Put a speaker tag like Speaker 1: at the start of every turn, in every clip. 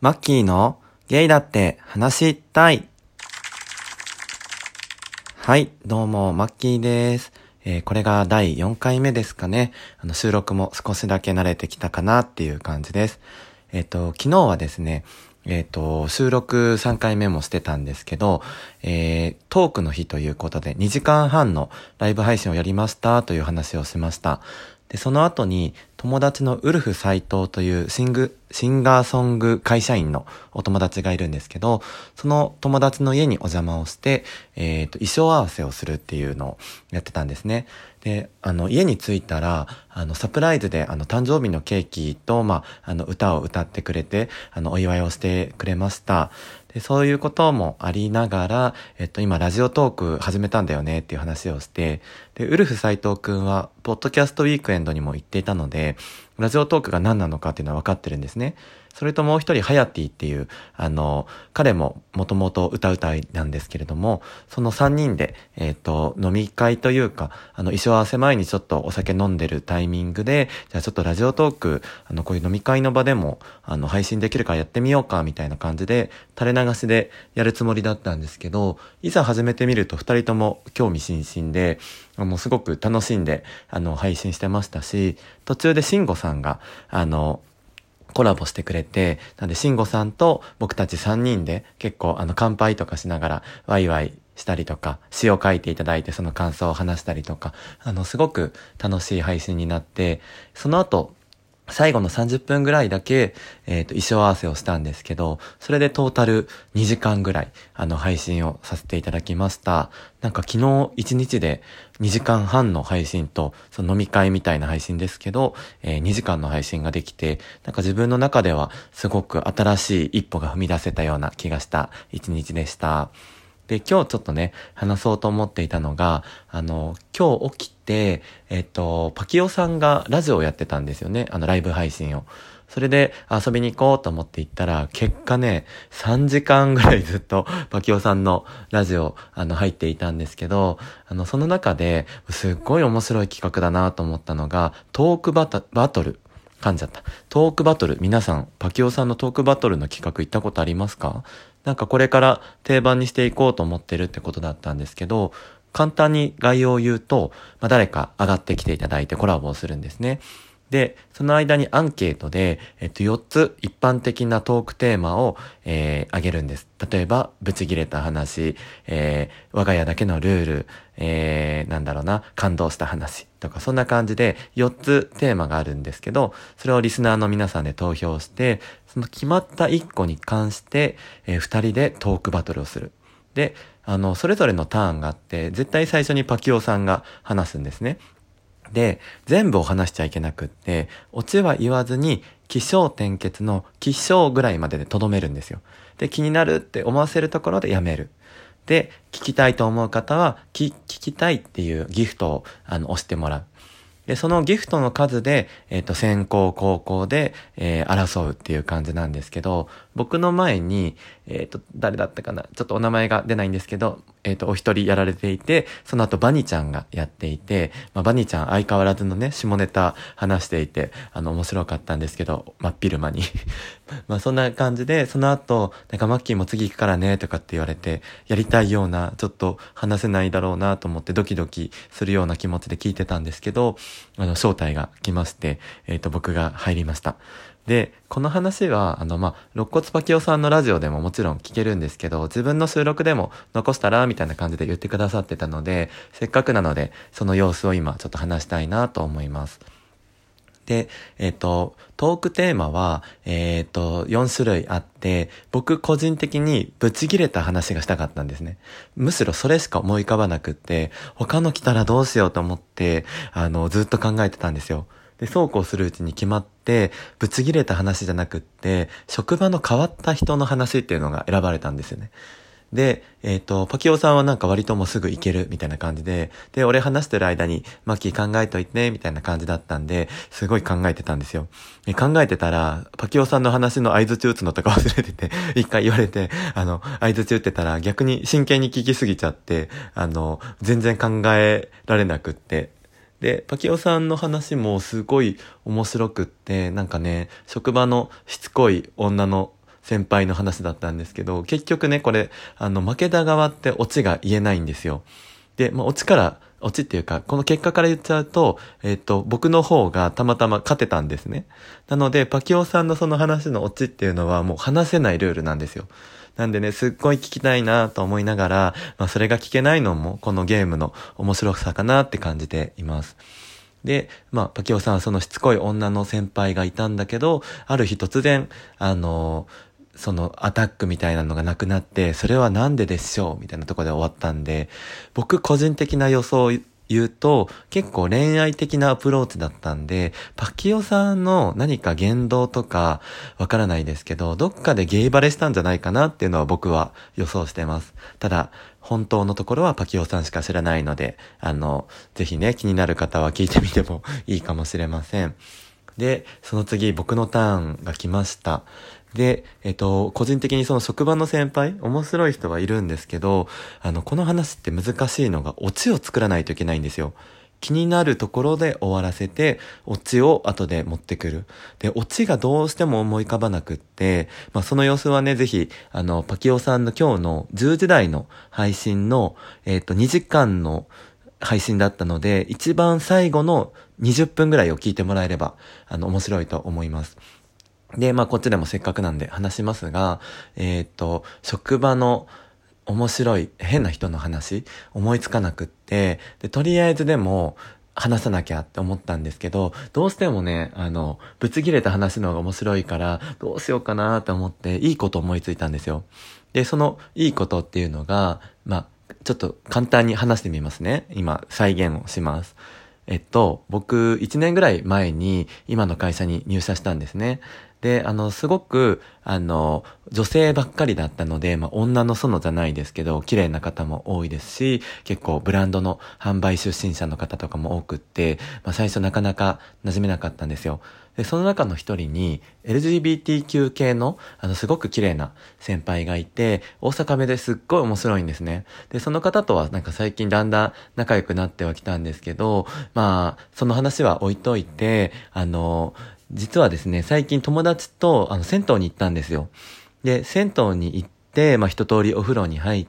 Speaker 1: マッキーのゲイだって話したい。はい、どうも、マッキーです。これが第4回目ですかね。収録も少しだけ慣れてきたかなっていう感じです。昨日はですね、収録3回目もしてたんですけど、トークの日ということで2時間半のライブ配信をやりましたという話をしました。で、その後に友達のウルフ斎藤というシンガーソング会社員のお友達がいるんですけど、その友達の家にお邪魔をして、衣装合わせをするっていうのをやってたんですね。で、家に着いたら、サプライズで、誕生日のケーキと、歌を歌ってくれて、お祝いをしてくれました。で、そういうこともありながら、今、ラジオトーク始めたんだよねっていう話をして、で、ウルフ斎藤くんは、ポッドキャストウィークエンドにも行っていたので、ラジオトークが何なのかっていうのは分かってるんですね。それともう一人、ハヤティっていう、彼ももともと歌いなんですけれども、その3人で、飲み会というか、衣装合わせ前にちょっとお酒飲んでるタイミングで、じゃあちょっとラジオトーク、こういう飲み会の場でも、配信できるからやってみようか、みたいな感じで、垂れ流しでやるつもりだったんですけど、いざ始めてみると2人とも興味津々で、すごく楽しんで、配信してましたし、途中でシンゴさんが、コラボしてくれて、なんで、慎吾さんと僕たち3人で結構乾杯とかしながらワイワイしたりとか、詩を書いていただいてその感想を話したりとか、すごく楽しい配信になって、その後、最後の30分ぐらいだけ、衣装合わせをしたんですけど、それでトータル2時間ぐらい、配信をさせていただきました。なんか昨日1日で2時間半の配信と、その飲み会みたいな配信ですけど、2時間の配信ができて、なんか自分の中ではすごく新しい一歩が踏み出せたような気がした1日でした。で、今日ちょっとね、話そうと思っていたのが、今日起きて、パキオさんがラジオをやってたんですよね。ライブ配信を。それで遊びに行こうと思って行ったら、結果ね、3時間ぐらいずっとパキオさんのラジオ、入っていたんですけど、その中で、すっごい面白い企画だなと思ったのが、トークバトル。噛んじゃった。トークバトル。皆さん、パキオさんのトークバトルの企画行ったことありますか？なんかこれから定番にしていこうと思ってるってことだったんですけど、簡単に概要を言うと、誰か上がってきていただいてコラボをするんですね。で、その間にアンケートで、4つ一般的なトークテーマを、あげるんです。例えば、ブチギレた話、我が家だけのルール、感動した話とか、そんな感じで4つテーマがあるんですけど、それをリスナーの皆さんで投票して、その決まった1個に関して、2人でトークバトルをする。で、それぞれのターンがあって、絶対最初にパキオさんが話すんですね。で、全部を話しちゃいけなくって、オチは言わずに、起承転結の起承ぐらいまでで留めるんですよ。で、気になるって思わせるところでやめる。で、聞きたいと思う方は、聞きたいっていうギフトを、押してもらう。で、そのギフトの数で、先行後攻で、争うっていう感じなんですけど、僕の前に、誰だったかな、ちょっとお名前が出ないんですけど、お一人やられていて、その後バニちゃんがやっていて、バニちゃん相変わらずのね、下ネタ話していて、面白かったんですけど、真っ昼間に。そんな感じで、その後、なんかマッキーも次行くからね、とかって言われて、やりたいような、ちょっと話せないだろうなと思ってドキドキするような気持ちで聞いてたんですけど、招待が来まして、僕が入りました。で、この話は、肋骨パキオさんのラジオでももちろん聞けるんですけど、自分の収録でも残したら、みたいな感じで言ってくださってたので、せっかくなので、その様子を今ちょっと話したいなと思います。で、トークテーマは、4種類あって、僕個人的にブチ切れた話がしたかったんですね。むしろそれしか思い浮かばなくって、他の来たらどうしようと思って、ずっと考えてたんですよ。で、そうこうするうちに決まって、ブチ切れた話じゃなくって、職場の変わった人の話っていうのが選ばれたんですよね。で、パキオさんはなんか割ともうすぐ行けるみたいな感じで、で、俺話してる間に、マッキー考えといて、みたいな感じだったんで、すごい考えてたんですよ。考えてたら、パキオさんの話の相槌打つのとか忘れてて、一回言われて、相槌打ってたら逆に真剣に聞きすぎちゃって、全然考えられなくって、で、パキオさんの話もすごい面白くって、なんかね、職場のしつこい女の先輩の話だったんですけど、結局ね、これ、負けた側ってオチが言えないんですよ。で、オチっていうか、この結果から言っちゃうと、僕の方がたまたま勝てたんですね。なので、パキオさんのその話のオチっていうのはもう話せないルールなんですよ。なんでね、すっごい聞きたいなと思いながら、それが聞けないのも、このゲームの面白さかなって感じています。で、パキオさんはそのしつこい女の先輩がいたんだけど、ある日突然、そのアタックみたいなのがなくなって、それはなんででしょうみたいなところで終わったんで、僕個人的な予想を言うと、結構恋愛的なアプローチだったんで、パキオさんの何か言動とかわからないですけど、どっかでゲイバレしたんじゃないかなっていうのは僕は予想してます。ただ、本当のところはパキオさんしか知らないので、ぜひね、気になる方は聞いてみてもいいかもしれません。で、その次僕のターンが来ました。で、個人的にその職場の先輩、面白い人はいるんですけど、この話って難しいのが、オチを作らないといけないんですよ。気になるところで終わらせて、オチを後で持ってくる。で、オチがどうしても思い浮かばなくって、その様子はね、ぜひ、パキオさんの今日の10時台の配信の、2時間の配信だったので、一番最後の20分ぐらいを聞いてもらえれば、面白いと思います。で、こっちでもせっかくなんで話しますが、職場の面白い変な人の話思いつかなくって、で、とりあえずでも話さなきゃって思ったんですけど、どうしてもね、ぶつ切れた話の方が面白いから、どうしようかなと思って、いいこと思いついたんですよ。で、そのいいことっていうのが、ちょっと簡単に話してみますね。今、再現をします。僕、1年ぐらい前に今の会社に入社したんですね。で、すごく、女性ばっかりだったので、女の園じゃないですけど、綺麗な方も多いですし、結構ブランドの販売出身者の方とかも多くって、最初なかなか馴染めなかったんですよ。で、その中の一人に、LGBTQ 系の、すごく綺麗な先輩がいて、大阪弁ですっごい面白いんですね。で、その方とはなんか最近だんだん仲良くなってはきたんですけど、その話は置いといて、実はですね、最近友達と、銭湯に行ったんですよ。で、銭湯に行って、一通りお風呂に入って、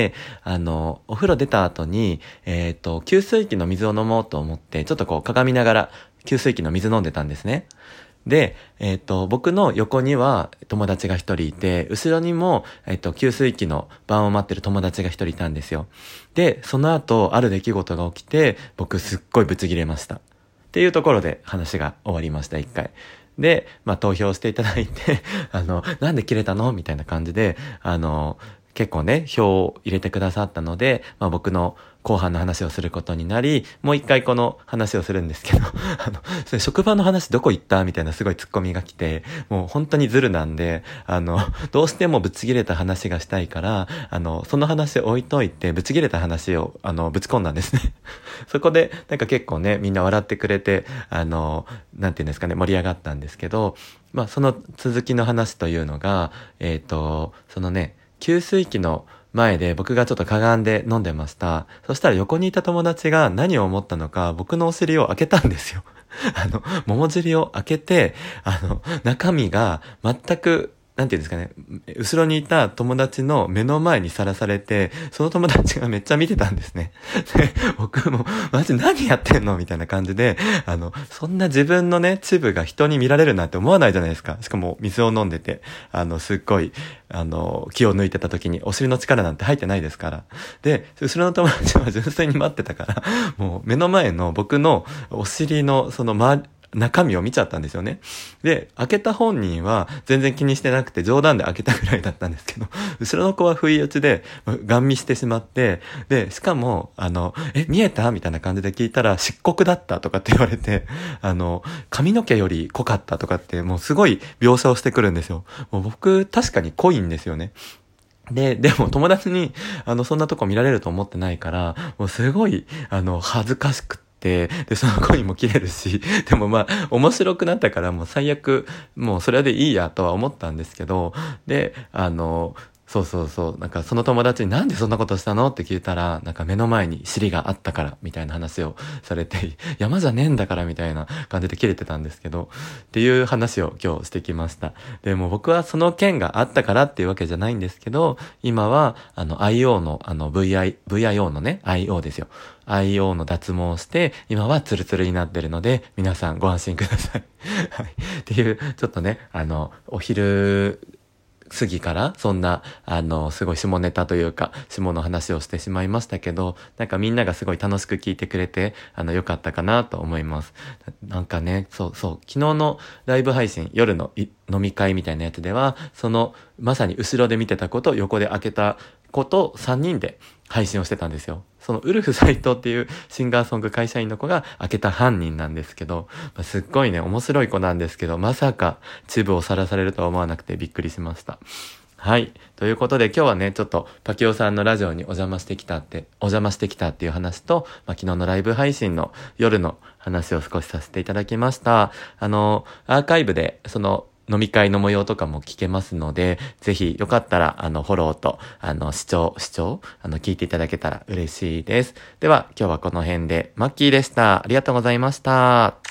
Speaker 1: お風呂出た後に、給水器の水を飲もうと思って、ちょっとこう鏡ながら給水器の水飲んでたんですね。で、僕の横には友達が一人いて、後ろにも、給水器の番を待ってる友達が一人いたんですよ。で、その後、ある出来事が起きて、僕すっごいブチ切れました。っていうところで話が終わりました、一回。で、投票していただいて、なんで切れたのみたいな感じで、結構ね、票を入れてくださったので、僕の後半の話をすることになり、もう一回この話をするんですけど、それ職場の話どこ行ったみたいなすごいツッコミが来て、もう本当にズルなんで、どうしてもぶち切れた話がしたいから、その話置いといて、ぶち切れた話を、ぶち込んだんですね。そこで、なんか結構ね、みんな笑ってくれて、なんていうんですかね、盛り上がったんですけど、その続きの話というのが、そのね、給水器の前で僕がちょっとかがんで飲んでました。そしたら横にいた友達が何を思ったのか、僕のお尻を開けたんですよ。桃尻を開けて、中身が全く、なんていうんですかね、後ろにいた友達の目の前にさらされて、その友達がめっちゃ見てたんですね。で、僕も、マジ何やってんのみたいな感じで、そんな自分のね、チブが人に見られるなんて思わないじゃないですか。しかも水を飲んでて、すっごい、気を抜いてた時にお尻の力なんて入ってないですから。で、後ろの友達は純粋に待ってたから、もう目の前の僕のお尻のその中身を見ちゃったんですよね。で、開けた本人は全然気にしてなくて冗談で開けたぐらいだったんですけど、後ろの子は不意打ちでガン見してしまって、で、しかも、見えたみたいな感じで聞いたら漆黒だったとかって言われて、髪の毛より濃かったとかって、もうすごい描写をしてくるんですよ。もう僕、確かに濃いんですよね。でも友達に、そんなとこ見られると思ってないから、もうすごい、恥ずかしくて、で、その子にも切れるし、でも面白くなったからもう最悪、もうそれでいいやとは思ったんですけど、で、 そうそうそう。なんかその友達になんでそんなことしたのって聞いたら、なんか目の前に尻があったからみたいな話をされて、山じゃねえんだからみたいな感じで切れてたんですけど、っていう話を今日してきました。でも僕はその件があったからっていうわけじゃないんですけど、今はIO のVIO のね、IO ですよ。IO の脱毛をして、今はツルツルになってるので、皆さんご安心ください。はい。っていう、ちょっとね、お昼、過ぎから、そんな、すごい下ネタというか、下の話をしてしまいましたけど、なんかみんながすごい楽しく聞いてくれて、良かったかなと思います。なんかね、そうそう、昨日のライブ配信、夜の飲み会みたいなやつでは、まさに後ろで見てた子と横で開けた子と3人で配信をしてたんですよ。そのウルフ斎藤っていうシンガーソング会社員の子が開けた犯人なんですけど、すっごいね、面白い子なんですけど、まさかチブをさらされるとは思わなくてびっくりしました。はい。ということで今日はね、ちょっとパキオさんのラジオにお邪魔してきたっていう話と、昨日のライブ配信の夜の話を少しさせていただきました。アーカイブで飲み会の模様とかも聞けますので、ぜひよかったら、フォローと、視聴、聞いていただけたら嬉しいです。では、今日はこの辺で、マッキーでした。ありがとうございました。